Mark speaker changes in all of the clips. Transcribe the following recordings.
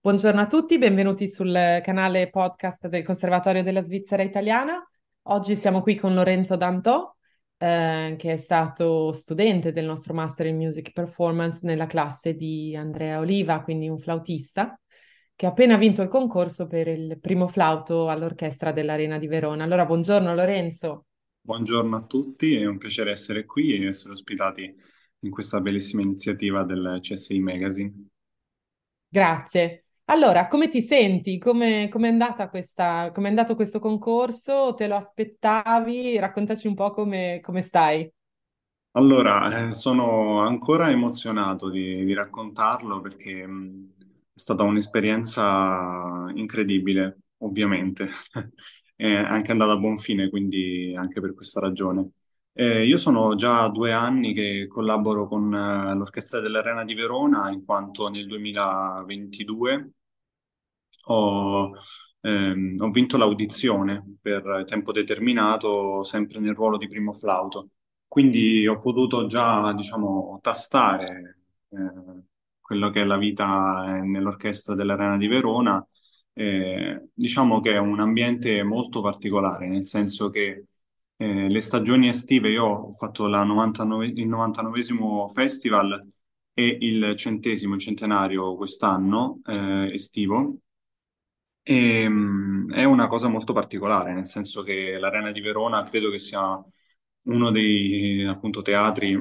Speaker 1: Buongiorno a tutti, benvenuti sul canale podcast del Conservatorio della Svizzera Italiana. Oggi siamo qui con Lorenzo Dantò, che è stato studente del nostro Master in Music Performance nella classe di Andrea Oliva, quindi un flautista, che ha appena vinto il concorso per il primo flauto all'orchestra dell'Arena di Verona. Allora, buongiorno Lorenzo.
Speaker 2: Buongiorno a tutti, è un piacere essere qui e essere ospitati in questa bellissima iniziativa del CSI Magazine.
Speaker 1: Grazie. Allora, come ti senti? Come è andata come è andato questo concorso? Te lo aspettavi? Raccontaci un po' come stai.
Speaker 2: Allora, sono ancora emozionato di raccontarlo perché è stata un'esperienza incredibile, ovviamente. È anche andata a buon fine, quindi anche per questa ragione. Io sono già 2 anni che collaboro con l'Orchestra dell'Arena di Verona, in quanto nel 2022 ho, ho vinto l'audizione per tempo determinato, sempre nel ruolo di primo flauto. Quindi ho potuto già, diciamo, tastare quello che è la vita nell'orchestra dell'Arena di Verona. Diciamo che è un ambiente molto particolare, nel senso che le stagioni estive, io ho fatto il 99esimo festival e il centesimo, il centenario quest'anno, estivo. È una cosa molto particolare, nel senso che l'Arena di Verona credo che sia uno dei appunto teatri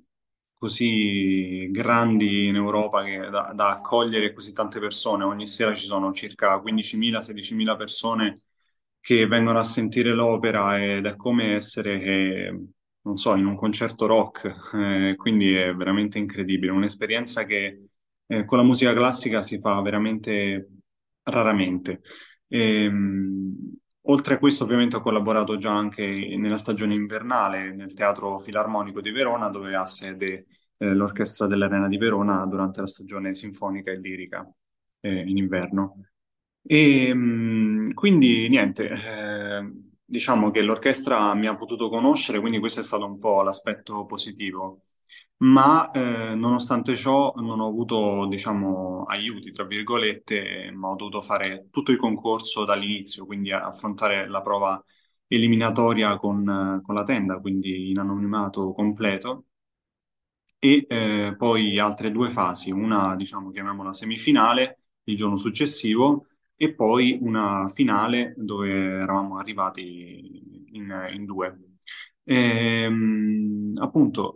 Speaker 2: così grandi in Europa da accogliere così tante persone. Ogni sera ci sono circa 15.000-16.000 persone che vengono a sentire l'opera ed è come essere, non so, in un concerto rock, quindi è veramente incredibile, un'esperienza che con la musica classica si fa veramente raramente. Oltre a questo, ovviamente, ho collaborato già anche nella stagione invernale nel Teatro Filarmonico di Verona, dove ha sede l'Orchestra dell'Arena di Verona durante la stagione sinfonica e lirica in inverno. Quindi niente, diciamo che l'orchestra mi ha potuto conoscere, quindi questo è stato un po' l'aspetto positivo. Ma nonostante ciò non ho avuto, diciamo, aiuti, tra virgolette, ma ho dovuto fare tutto il concorso dall'inizio, quindi affrontare la prova eliminatoria con la tenda, quindi in anonimato completo, e poi altre due fasi, una, diciamo, chiamiamola semifinale, il giorno successivo, e poi una finale dove eravamo arrivati in due. Appunto,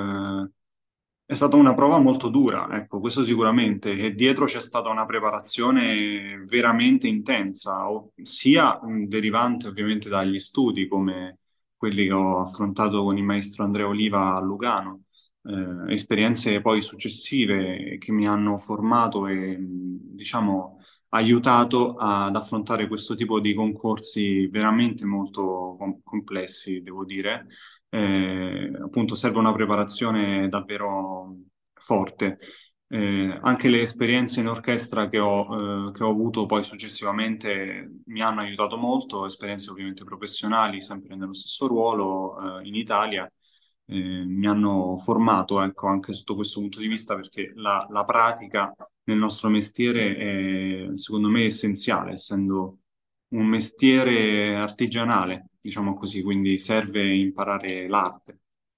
Speaker 2: è stata una prova molto dura, ecco, questo sicuramente, e dietro c'è stata una preparazione veramente intensa, sia derivante ovviamente dagli studi, come quelli che ho affrontato con il maestro Andrea Oliva a Lugano, esperienze poi successive che mi hanno formato e, diciamo, aiutato ad affrontare questo tipo di concorsi veramente molto complessi, devo dire. Appunto, serve una preparazione davvero forte. Anche le esperienze in orchestra che ho avuto poi successivamente mi hanno aiutato molto, esperienze ovviamente professionali, sempre nello stesso ruolo, in Italia, mi hanno formato, ecco, anche sotto questo punto di vista, perché la pratica nel nostro mestiere è, secondo me, essenziale, essendo un mestiere artigianale, diciamo così, quindi serve imparare l'arte.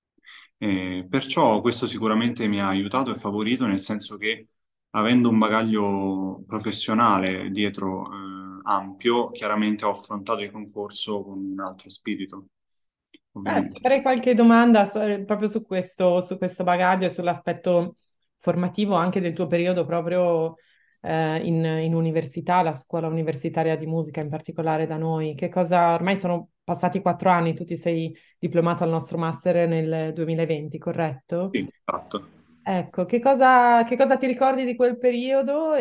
Speaker 2: Perciò questo sicuramente mi ha aiutato e favorito, nel senso che avendo un bagaglio professionale dietro, ampio, chiaramente ho affrontato il concorso con un altro spirito,
Speaker 1: Ti
Speaker 2: ovviamente.
Speaker 1: farei qualche domanda proprio su questo bagaglio e sull'aspetto formativo anche del tuo periodo proprio in università, la scuola universitaria di musica in particolare da noi. Che cosa, ormai sono passati 4 anni, tu ti sei diplomato al nostro master nel 2020, corretto?
Speaker 2: Sì, esatto.
Speaker 1: Ecco, che cosa ti ricordi di quel periodo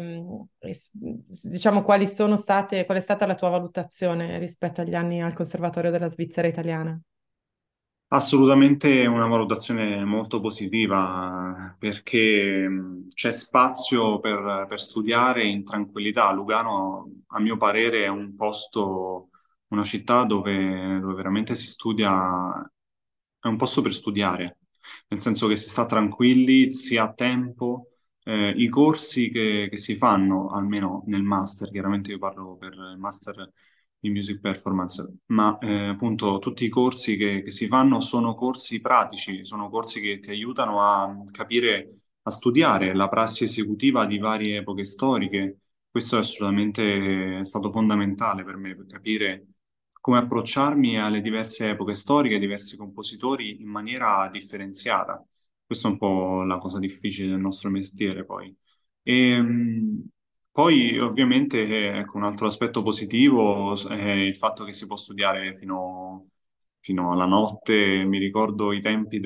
Speaker 1: diciamo qual è stata la tua valutazione rispetto agli anni al Conservatorio della Svizzera Italiana?
Speaker 2: Assolutamente una valutazione molto positiva perché c'è spazio per studiare in tranquillità. Lugano, a mio parere, è un posto, una città dove veramente si studia, è un posto per studiare, nel senso che si sta tranquilli, si ha tempo, i corsi che si fanno, almeno nel master, chiaramente io parlo per il master in music performance, ma appunto tutti i corsi che si fanno sono corsi pratici, sono corsi che ti aiutano a capire, a studiare la prassi esecutiva di varie epoche storiche. Questo è assolutamente stato fondamentale per me, per capire come approcciarmi alle diverse epoche storiche, ai diversi compositori in maniera differenziata. Questa è un po' la cosa difficile del nostro mestiere, poi. E, poi, ovviamente, ecco, un altro aspetto positivo è il fatto che si può studiare fino alla notte. Mi ricordo i tempi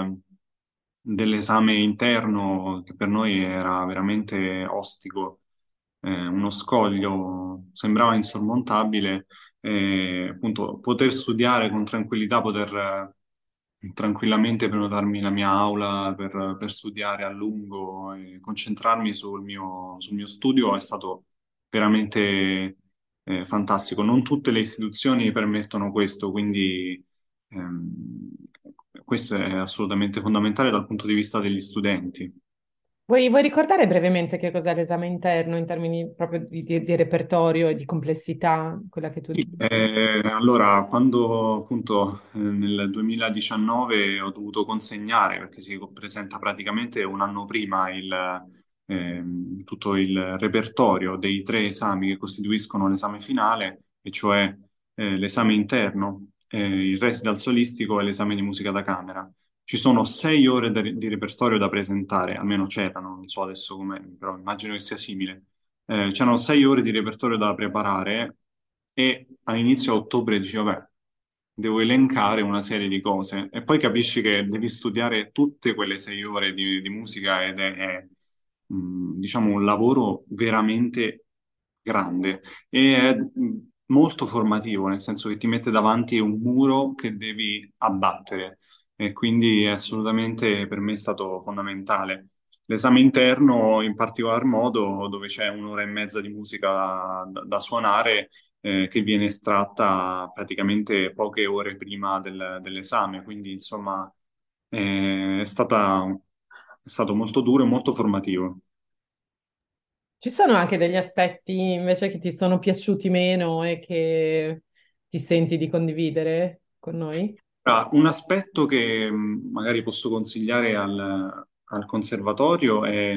Speaker 2: dell'esame interno, che per noi era veramente ostico, uno scoglio, sembrava insormontabile. Appunto, poter studiare con tranquillità, poter tranquillamente prenotarmi la mia aula per studiare a lungo e concentrarmi sul mio studio è stato veramente fantastico. Non tutte le istituzioni permettono questo, quindi ehm, questo è assolutamente fondamentale dal punto di vista degli studenti.
Speaker 1: Vuoi ricordare brevemente che cos'è l'esame interno in termini proprio di repertorio e di complessità, quella che tu...
Speaker 2: Sì, allora, quando appunto nel 2019 ho dovuto consegnare, perché si presenta praticamente un anno prima tutto il repertorio dei tre esami che costituiscono l'esame finale, e cioè l'esame interno, il recital solistico e l'esame di musica da camera. Ci sono 6 ore di repertorio da presentare, almeno c'erano, non so adesso com'è, però immagino che sia simile. C'erano 6 ore di repertorio da preparare e all'inizio a ottobre dici, vabbè, devo elencare una serie di cose e poi capisci che devi studiare tutte quelle 6 ore di musica ed diciamo, un lavoro veramente grande e è molto formativo, nel senso che ti mette davanti un muro che devi abbattere e quindi assolutamente per me è stato fondamentale. L'esame interno, in particolar modo, dove c'è un'ora e mezza di musica da suonare, che viene estratta praticamente poche ore prima dell'esame, quindi insomma è stato molto duro e molto formativo.
Speaker 1: Ci sono anche degli aspetti invece che ti sono piaciuti meno e che ti senti di condividere con noi?
Speaker 2: Un aspetto che magari posso consigliare al conservatorio è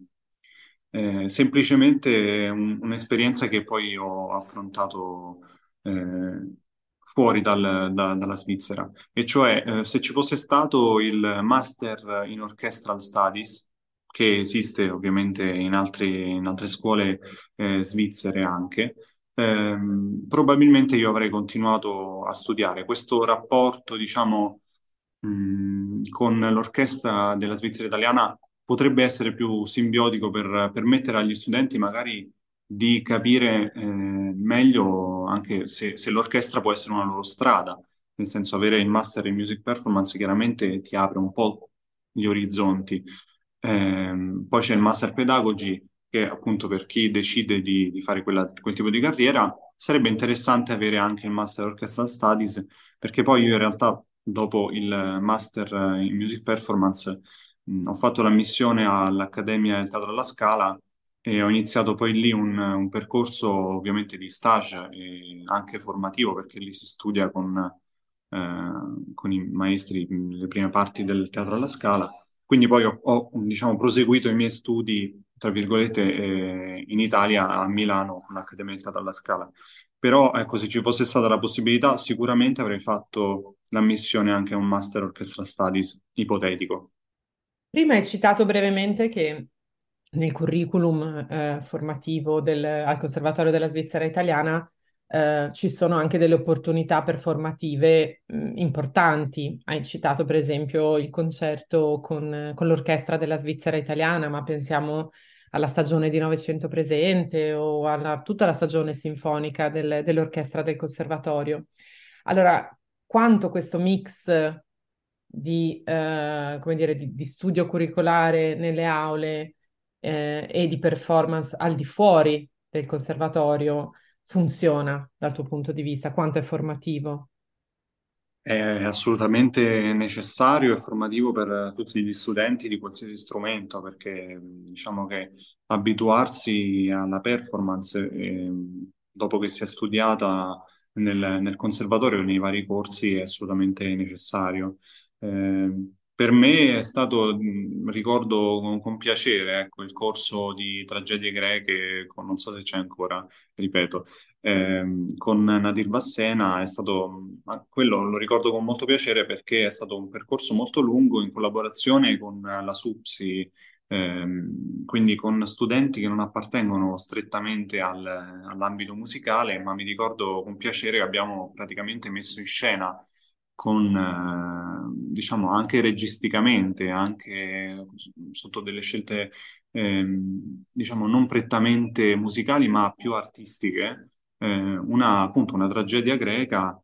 Speaker 2: semplicemente un'esperienza che poi ho affrontato fuori dalla Svizzera, e cioè se ci fosse stato il Master in Orchestral Studies, che esiste ovviamente in altre scuole svizzere anche. Probabilmente io avrei continuato a studiare. Questo rapporto, diciamo, con l'orchestra della Svizzera italiana potrebbe essere più simbiotico per permettere agli studenti magari di capire meglio anche se l'orchestra può essere una loro strada, nel senso avere il master in music performance chiaramente ti apre un po' gli orizzonti. Poi c'è il master pedagogy che appunto per chi decide di fare quel tipo di carriera sarebbe interessante avere anche il Master Orchestral Studies, perché poi io in realtà dopo il Master in Music Performance ho fatto l'ammissione all'Accademia del Teatro alla Scala e ho iniziato poi lì un percorso ovviamente di stage e anche formativo, perché lì si studia con i maestri le prime parti del Teatro alla Scala. Quindi poi diciamo, proseguito i miei studi, tra virgolette, in Italia, a Milano, con l'Accademia del Teatro alla Scala. Però, ecco, se ci fosse stata la possibilità, sicuramente avrei fatto l'ammissione anche a un Master Orchestra Studies ipotetico.
Speaker 1: Prima hai citato brevemente che nel curriculum formativo al Conservatorio della Svizzera Italiana ci sono anche delle opportunità performative importanti. Hai citato per esempio il concerto con l'orchestra della Svizzera Italiana, ma pensiamo alla stagione di Novecento presente o a tutta la stagione sinfonica dell'orchestra del Conservatorio. Allora, quanto questo mix come dire, di studio curricolare nelle aule e di performance al di fuori del conservatorio funziona dal tuo punto di vista? Quanto è formativo?
Speaker 2: È assolutamente necessario e formativo per tutti gli studenti di qualsiasi strumento, perché diciamo che abituarsi alla performance, dopo che si è studiata nel conservatorio, nei vari corsi, è assolutamente necessario. Per me è stato, ricordo con piacere, ecco, il corso di tragedie greche, non so se c'è ancora, ripeto, con Nadir Vassena è stato, ma quello lo ricordo con molto piacere perché è stato un percorso molto lungo in collaborazione con la SUPSI, quindi con studenti che non appartengono strettamente all'ambito musicale, ma mi ricordo con piacere che abbiamo praticamente messo in scena con, diciamo, anche registicamente, anche sotto delle scelte, diciamo, non prettamente musicali, ma più artistiche, appunto una tragedia greca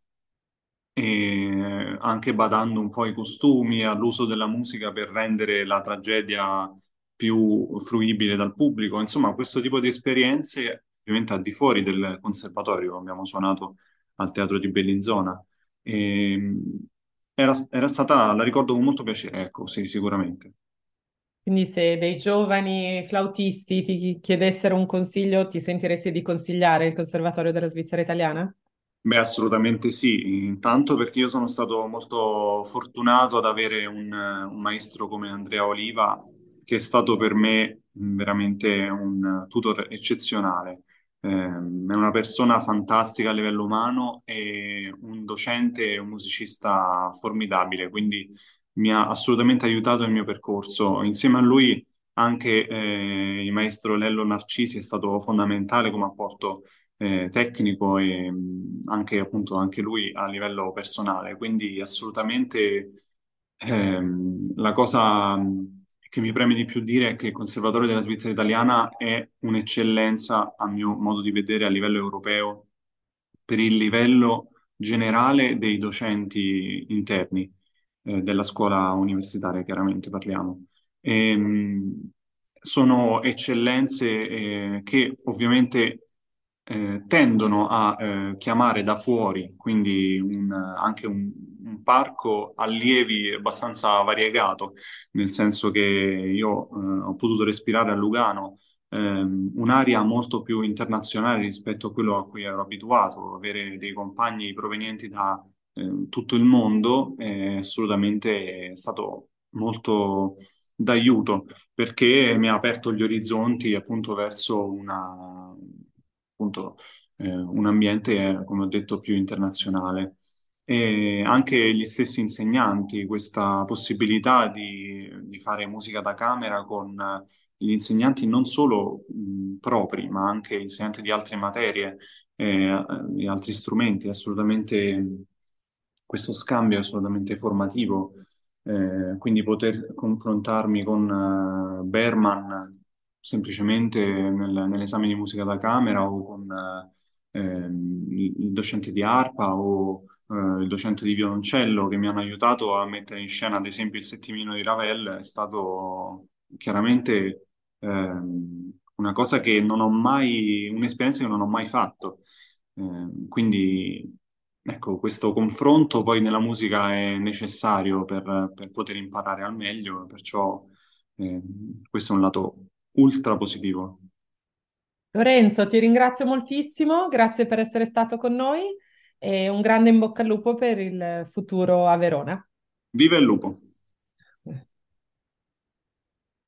Speaker 2: e anche badando un po' ai costumi, all'uso della musica per rendere la tragedia più fruibile dal pubblico. Insomma, questo tipo di esperienze, ovviamente al di fuori del conservatorio, abbiamo suonato al Teatro di Bellinzona. E, era stata, la ricordo con molto piacere, ecco, sì, sicuramente.
Speaker 1: Quindi se dei giovani flautisti ti chiedessero un consiglio, ti sentiresti di consigliare il Conservatorio della Svizzera Italiana?
Speaker 2: Beh, assolutamente sì. Intanto perché io sono stato molto fortunato ad avere un maestro come Andrea Oliva, che è stato per me veramente un tutor eccezionale. È una persona fantastica a livello umano e un docente e un musicista formidabile, quindi mi ha assolutamente aiutato nel mio percorso. Insieme a lui anche il maestro Lello Narcisi è stato fondamentale come apporto tecnico e anche appunto anche lui a livello personale. Quindi assolutamente la cosa che mi preme di più dire è che il Conservatorio della Svizzera Italiana è un'eccellenza, a mio modo di vedere, a livello europeo per il livello generale dei docenti interni della scuola universitaria, chiaramente parliamo. Sono eccellenze che ovviamente tendono a chiamare da fuori, quindi anche un parco allievi abbastanza variegato, nel senso che io ho potuto respirare a Lugano un'area molto più internazionale rispetto a quello a cui ero abituato, avere dei compagni provenienti da tutto il mondo è assolutamente stato molto d'aiuto perché mi ha aperto gli orizzonti appunto verso appunto, un ambiente, come ho detto, più internazionale. E anche gli stessi insegnanti, questa possibilità di fare musica da camera con gli insegnanti non solo propri, ma anche insegnanti di altre materie, di altri strumenti, assolutamente questo scambio è assolutamente formativo. Quindi poter confrontarmi con Berman semplicemente nell'esame di musica da camera o con il docente di arpa o il docente di violoncello che mi hanno aiutato a mettere in scena, ad esempio, il settimino di Ravel, è stato chiaramente una cosa che non ho mai, un'esperienza che non ho mai fatto. Quindi, ecco, questo confronto poi nella musica è necessario per poter imparare al meglio, perciò eh, questo è un lato ultra positivo.
Speaker 1: Lorenzo, ti ringrazio moltissimo, grazie per essere stato con noi e un grande in bocca al lupo per il futuro a Verona.
Speaker 2: Viva il lupo!